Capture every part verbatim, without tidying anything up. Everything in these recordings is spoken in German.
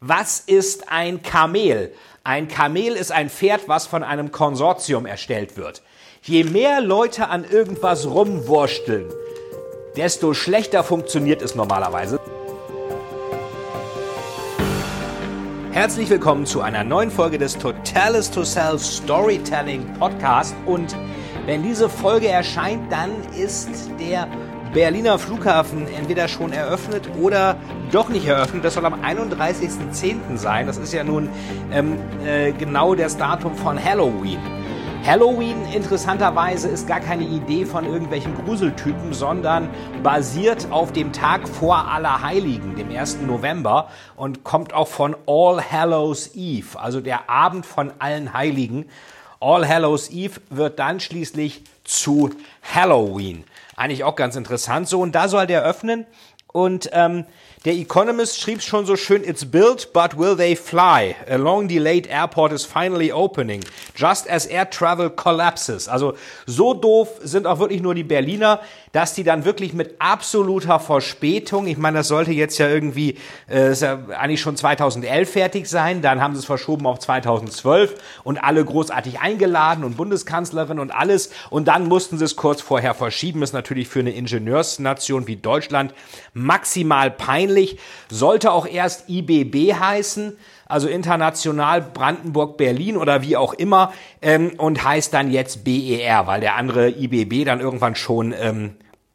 Was ist ein Kamel? Ein Kamel ist ein Pferd, was von einem Konsortium erstellt wird. Je mehr Leute an irgendwas rumwursteln, desto schlechter funktioniert es normalerweise. Herzlich willkommen zu einer neuen Folge des Totalis to Self Storytelling Podcast. Und wenn diese Folge erscheint, dann ist der Berliner Flughafen entweder schon eröffnet oder doch nicht eröffnet. Das soll am einunddreißigsten zehnten sein. Das ist ja nun ähm, äh, genau das Datum von Halloween. Halloween interessanterweise ist gar keine Idee von irgendwelchen Gruseltypen, sondern basiert auf dem Tag vor Allerheiligen, dem ersten November, und kommt auch von All Hallows Eve, also der Abend von allen Heiligen. All Hallows Eve wird dann schließlich zu Halloween. Eigentlich auch ganz interessant so. Und da soll der öffnen. Und ähm, der Economist schrieb schon so schön, "It's built, but will they fly? A long delayed airport is finally opening, just as air travel collapses." Also so doof sind auch wirklich nur die Berliner, dass die dann wirklich mit absoluter Verspätung, ich meine, das sollte jetzt ja irgendwie, äh, ist ja eigentlich schon zweitausendelf fertig sein, dann haben sie es verschoben auf zweitausendzwölf und alle großartig eingeladen und Bundeskanzlerin und alles, und dann mussten sie es kurz vorher verschieben. Ist natürlich für eine Ingenieursnation wie Deutschland maximal peinlich. Sollte auch erst I B B heißen, also International Brandenburg-Berlin oder wie auch immer, ähm, und heißt dann jetzt B E R, weil der andere I B B dann irgendwann schon ähm,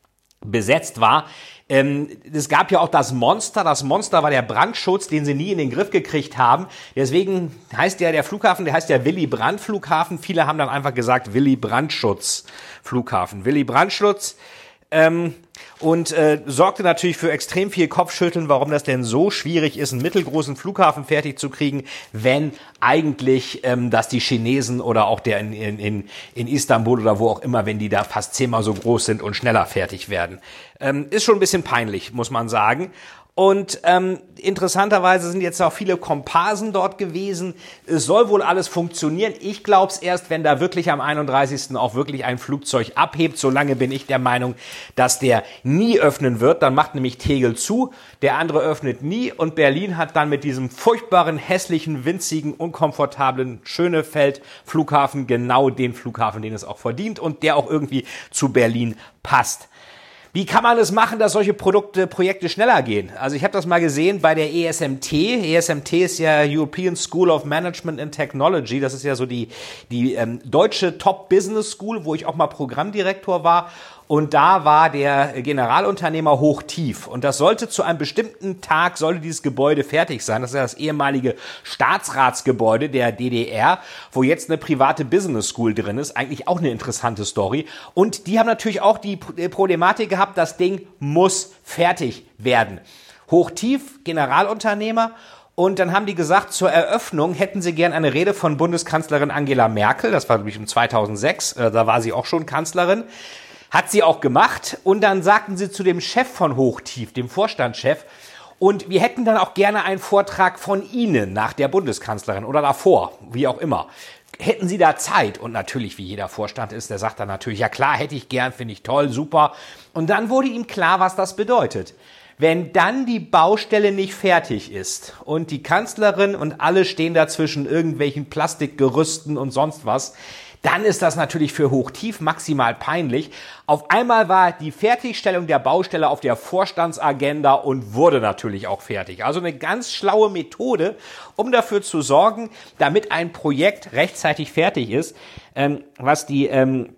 besetzt war. Ähm, es gab ja auch das Monster. Das Monster war der Brandschutz, den sie nie in den Griff gekriegt haben. Deswegen heißt ja der Flughafen, der heißt ja Willy Brandt Flughafen. Viele haben dann einfach gesagt Willy Brandtschutz Flughafen. Willy Brandtschutz. Ähm, und äh, sorgte natürlich für extrem viel Kopfschütteln, warum das denn so schwierig ist, einen mittelgroßen Flughafen fertig zu kriegen, wenn eigentlich ähm, dass die Chinesen oder auch der in, in, in Istanbul oder wo auch immer, wenn die da fast zehnmal so groß sind und schneller fertig werden. Ähm, ist schon ein bisschen peinlich, muss man sagen. Und ähm, interessanterweise sind jetzt auch viele Komparsen dort gewesen. Es soll wohl alles funktionieren. Ich glaube es erst, wenn da wirklich am einunddreißigsten auch wirklich ein Flugzeug abhebt. Solange bin ich der Meinung, dass der nie öffnen wird. Dann macht nämlich Tegel zu, der andere öffnet nie. Und Berlin hat dann mit diesem furchtbaren, hässlichen, winzigen, unkomfortablen Schönefeld-Flughafen genau den Flughafen, den es auch verdient und der auch irgendwie zu Berlin passt. Wie kann man es machen, dass solche Produkte, Projekte schneller gehen? Also ich habe das mal gesehen bei der E S M T. E S M T ist ja European School of Management and Technology. Das ist ja so die, die ähm, deutsche Top Business School, wo ich auch mal Programmdirektor war. Und da war der Generalunternehmer hochtief. Und das sollte zu einem bestimmten Tag, sollte dieses Gebäude fertig sein. Das ist ja das ehemalige Staatsratsgebäude der D D R, wo jetzt eine private Business School drin ist. Eigentlich auch eine interessante Story. Und die haben natürlich auch die Problematik gehabt, das Ding muss fertig werden. Hochtief, Generalunternehmer. Und dann haben die gesagt, zur Eröffnung hätten sie gern eine Rede von Bundeskanzlerin Angela Merkel. Das war, glaube ich, um zweitausendsechs. Da war sie auch schon Kanzlerin. Hat sie auch gemacht, und dann sagten sie zu dem Chef von Hochtief, dem Vorstandschef, und wir hätten dann auch gerne einen Vortrag von Ihnen nach der Bundeskanzlerin oder davor, wie auch immer. Hätten Sie da Zeit? Und natürlich, wie jeder Vorstand ist, der sagt dann natürlich, ja klar, hätte ich gern, finde ich toll, super. Und dann wurde ihm klar, was das bedeutet. Wenn dann die Baustelle nicht fertig ist und die Kanzlerin und alle stehen da zwischen irgendwelchen Plastikgerüsten und sonst was, dann ist das natürlich für Hochtief maximal peinlich. Auf einmal war die Fertigstellung der Baustelle auf der Vorstandsagenda und wurde natürlich auch fertig. Also eine ganz schlaue Methode, um dafür zu sorgen, damit ein Projekt rechtzeitig fertig ist, ähm, was die ähm,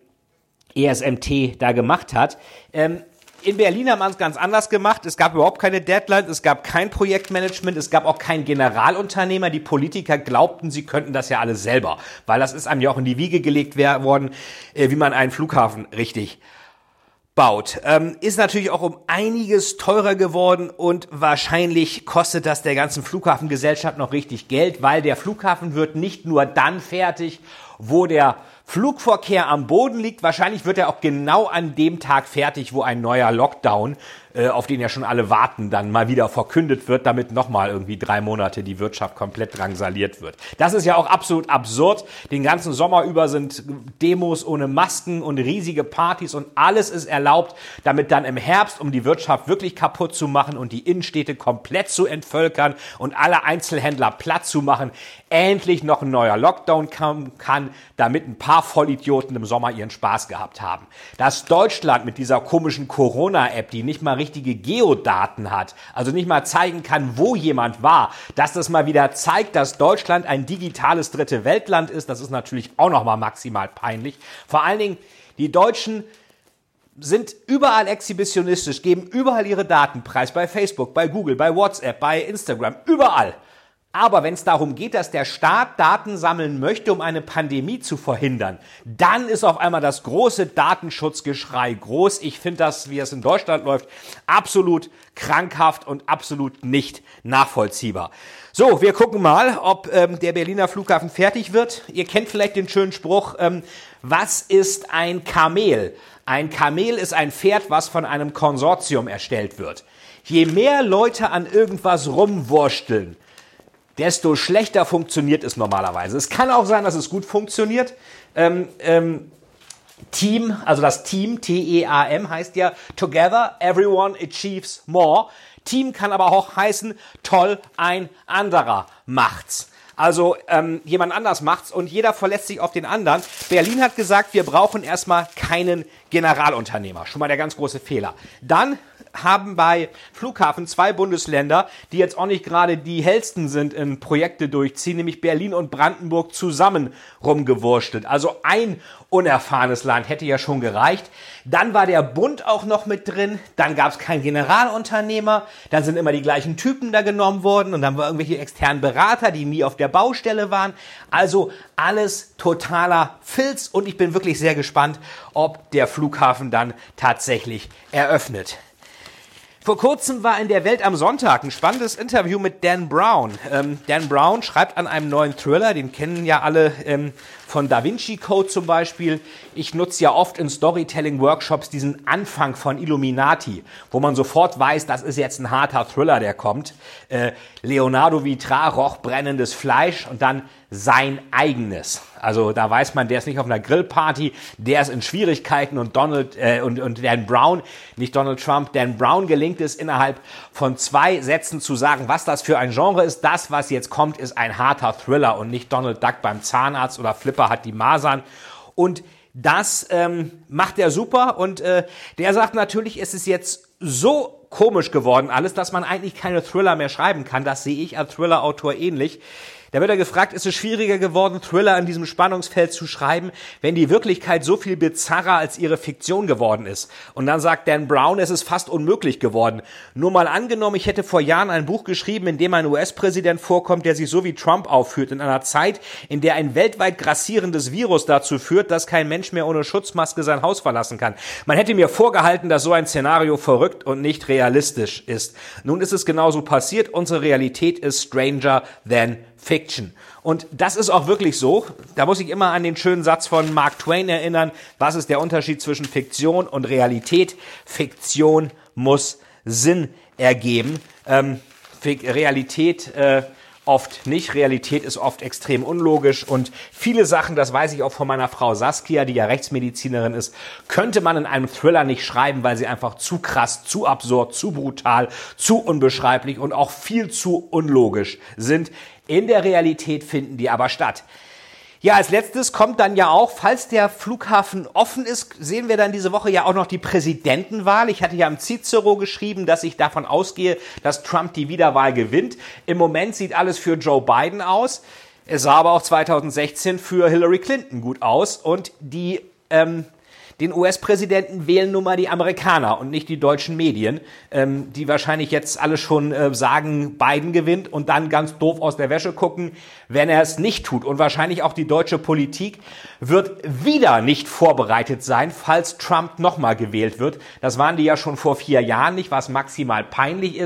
E S M T da gemacht hat. Ähm, In Berlin hat man es ganz anders gemacht. Es gab überhaupt keine Deadline, es gab kein Projektmanagement, es gab auch keinen Generalunternehmer. Die Politiker glaubten, sie könnten das ja alles selber, weil das ist einem ja auch in die Wiege gelegt worden, wie man einen Flughafen richtig baut. Ähm, ist natürlich auch um einiges teurer geworden, und wahrscheinlich kostet das der ganzen Flughafengesellschaft noch richtig Geld, weil der Flughafen wird nicht nur dann fertig, wo der Flugverkehr am Boden liegt. Wahrscheinlich wird er auch genau an dem Tag fertig, wo ein neuer Lockdown, äh, auf den ja schon alle warten, dann mal wieder verkündet wird, damit nochmal irgendwie drei Monate die Wirtschaft komplett drangsaliert wird. Das ist ja auch absolut absurd. Den ganzen Sommer über sind Demos ohne Masken und riesige Partys und alles ist erlaubt, damit dann im Herbst, um die Wirtschaft wirklich kaputt zu machen und die Innenstädte komplett zu entvölkern und alle Einzelhändler platt zu machen, endlich noch ein neuer Lockdown kommen kann, damit ein paar Vollidioten im Sommer ihren Spaß gehabt haben. Dass Deutschland mit dieser komischen Corona-App, die nicht mal richtige Geodaten hat, also nicht mal zeigen kann, wo jemand war, dass das mal wieder zeigt, dass Deutschland ein digitales dritte Weltland ist, das ist natürlich auch nochmal maximal peinlich. Vor allen Dingen, die Deutschen sind überall exhibitionistisch, geben überall ihre Daten preis, bei Facebook, bei Google, bei WhatsApp, bei Instagram, überall. Aber wenn es darum geht, dass der Staat Daten sammeln möchte, um eine Pandemie zu verhindern, dann ist auf einmal das große Datenschutzgeschrei groß. Ich finde das, wie es in Deutschland läuft, absolut krankhaft und absolut nicht nachvollziehbar. So, wir gucken mal, ob ähm, der Berliner Flughafen fertig wird. Ihr kennt vielleicht den schönen Spruch, ähm, was ist ein Kamel? Ein Kamel ist ein Pferd, was von einem Konsortium erstellt wird. Je mehr Leute an irgendwas rumwursteln, desto schlechter funktioniert es normalerweise. Es kann auch sein, dass es gut funktioniert. Ähm, ähm, Team, also das Team, T E A M heißt ja Together, Everyone Achieves More. Team kann aber auch heißen, toll, ein anderer macht's. Also ähm, jemand anders macht's und jeder verlässt sich auf den anderen. Berlin hat gesagt, wir brauchen erstmal keinen Generalunternehmer. Schon mal der ganz große Fehler. Dann haben bei Flughafen zwei Bundesländer, die jetzt auch nicht gerade die hellsten sind in Projekte durchziehen, nämlich Berlin und Brandenburg zusammen rumgewurstelt. Also ein unerfahrenes Land hätte ja schon gereicht. Dann war der Bund auch noch mit drin, dann gab es keinen Generalunternehmer, dann sind immer die gleichen Typen da genommen worden und dann waren irgendwelche externen Berater, die nie auf der Baustelle waren. Also alles totaler Filz und ich bin wirklich sehr gespannt, ob der Flughafen dann tatsächlich eröffnet. Vor kurzem war in der Welt am Sonntag ein spannendes Interview mit Dan Brown. Ähm, Dan Brown schreibt an einem neuen Thriller, den kennen ja alle ähm, von Da Vinci Code zum Beispiel. Ich nutze ja oft in Storytelling-Workshops diesen Anfang von Illuminati, wo man sofort weiß, das ist jetzt ein harter Thriller, der kommt. Äh, Leonardo Vitra roch brennendes Fleisch und dann sein eigenes. Also da weiß man, der ist nicht auf einer Grillparty, der ist in Schwierigkeiten und Donald äh, und, und Dan Brown, nicht Donald Trump, Dan Brown gelingt es innerhalb von zwei Sätzen zu sagen, was das für ein Genre ist. Das, was jetzt kommt, ist ein harter Thriller und nicht Donald Duck beim Zahnarzt oder Flipper hat die Masern. Und das ähm, macht er super und äh, der sagt natürlich, es ist jetzt so komisch geworden alles, dass man eigentlich keine Thriller mehr schreiben kann. Das sehe ich als Thriller-Autor ähnlich. Da wird er gefragt, ist es schwieriger geworden, Thriller in diesem Spannungsfeld zu schreiben, wenn die Wirklichkeit so viel bizarrer als ihre Fiktion geworden ist. Und dann sagt Dan Brown, es ist fast unmöglich geworden. Nur mal angenommen, ich hätte vor Jahren ein Buch geschrieben, in dem ein U S-Präsident vorkommt, der sich so wie Trump aufführt, in einer Zeit, in der ein weltweit grassierendes Virus dazu führt, dass kein Mensch mehr ohne Schutzmaske sein Haus verlassen kann. Man hätte mir vorgehalten, dass so ein Szenario verrückt und nicht realistisch ist. Nun ist es genauso passiert. Unsere Realität ist stranger than Fiction. Und das ist auch wirklich so. Da muss ich immer an den schönen Satz von Mark Twain erinnern. Was ist der Unterschied zwischen Fiktion und Realität? Fiktion muss Sinn ergeben. Ähm, Realität äh, oft nicht. Realität ist oft extrem unlogisch und viele Sachen, das weiß ich auch von meiner Frau Saskia, die ja Rechtsmedizinerin ist, könnte man in einem Thriller nicht schreiben, weil sie einfach zu krass, zu absurd, zu brutal, zu unbeschreiblich und auch viel zu unlogisch sind. In der Realität finden die aber statt. Ja, als letztes kommt dann ja auch, falls der Flughafen offen ist, sehen wir dann diese Woche ja auch noch die Präsidentenwahl. Ich hatte ja im Cicero geschrieben, dass ich davon ausgehe, dass Trump die Wiederwahl gewinnt. Im Moment sieht alles für Joe Biden aus. Es sah aber auch zweitausendsechzehn für Hillary Clinton gut aus. Und die ähm, den U S-Präsidenten wählen nun mal die Amerikaner und nicht die deutschen Medien, ähm, die wahrscheinlich jetzt alle schon äh, sagen, Biden gewinnt und dann ganz doof aus der Wäsche gucken, wenn er es nicht tut. Und wahrscheinlich auch die deutsche Politik wird wieder nicht vorbereitet sein, falls Trump nochmal gewählt wird. Das waren die ja schon vor vier Jahren nicht, was maximal peinlich ist.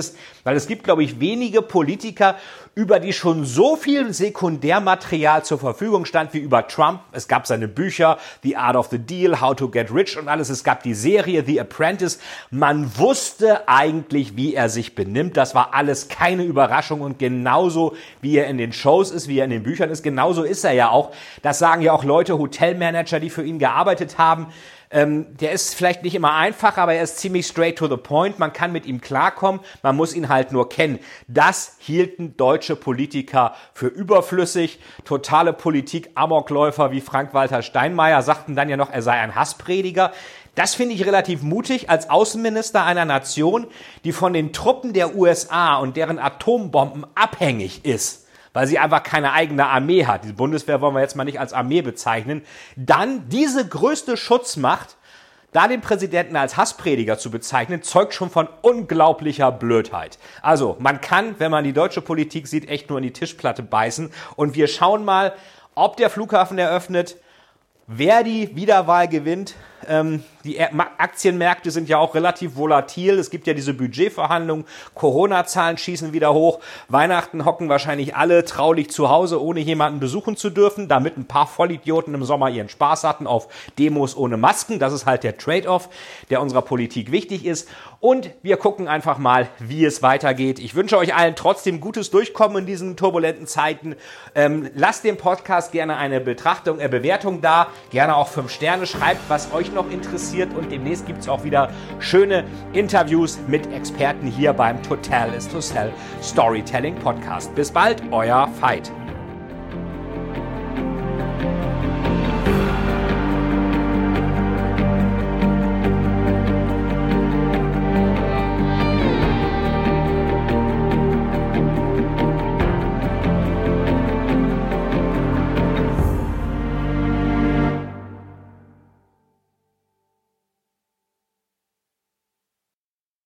Weil es gibt, glaube ich, wenige Politiker, über die schon so viel Sekundärmaterial zur Verfügung stand wie über Trump. Es gab seine Bücher, The Art of the Deal, How to Get Rich und alles. Es gab die Serie The Apprentice. Man wusste eigentlich, wie er sich benimmt. Das war alles keine Überraschung und genauso, wie er in den Shows ist, wie er in den Büchern ist, genauso ist er ja auch. Das sagen ja auch Leute, Hotelmanager, die für ihn gearbeitet haben. Ähm, der ist vielleicht nicht immer einfach, aber er ist ziemlich straight to the point. Man kann mit ihm klarkommen, man muss ihn halt nur kennen. Das hielten deutsche Politiker für überflüssig. Totale Politik-Amokläufer wie Frank-Walter Steinmeier sagten dann ja noch, er sei ein Hassprediger. Das finde ich relativ mutig als Außenminister einer Nation, die von den Truppen der U S A und deren Atombomben abhängig ist, weil sie einfach keine eigene Armee hat. Die Bundeswehr wollen wir jetzt mal nicht als Armee bezeichnen. Dann diese größte Schutzmacht, da den Präsidenten als Hassprediger zu bezeichnen, zeugt schon von unglaublicher Blödheit. Also man kann, wenn man die deutsche Politik sieht, echt nur in die Tischplatte beißen. Und wir schauen mal, ob der Flughafen eröffnet, wer die Wiederwahl gewinnt. Ähm, die Aktienmärkte sind ja auch relativ volatil. Es gibt ja diese Budgetverhandlungen. Corona-Zahlen schießen wieder hoch. Weihnachten hocken wahrscheinlich alle traulich zu Hause, ohne jemanden besuchen zu dürfen, damit ein paar Vollidioten im Sommer ihren Spaß hatten auf Demos ohne Masken. Das ist halt der Trade-off, der unserer Politik wichtig ist. Und wir gucken einfach mal, wie es weitergeht. Ich wünsche euch allen trotzdem gutes Durchkommen in diesen turbulenten Zeiten. Ähm, lasst dem Podcast gerne eine Betrachtung, eine Bewertung da. Gerne auch fünf Sterne. Schreibt, was euch noch interessiert. Und demnächst gibt es auch wieder schöne Interviews mit Experten hier beim Total is to Sell Storytelling Podcast. Bis bald, euer Veit.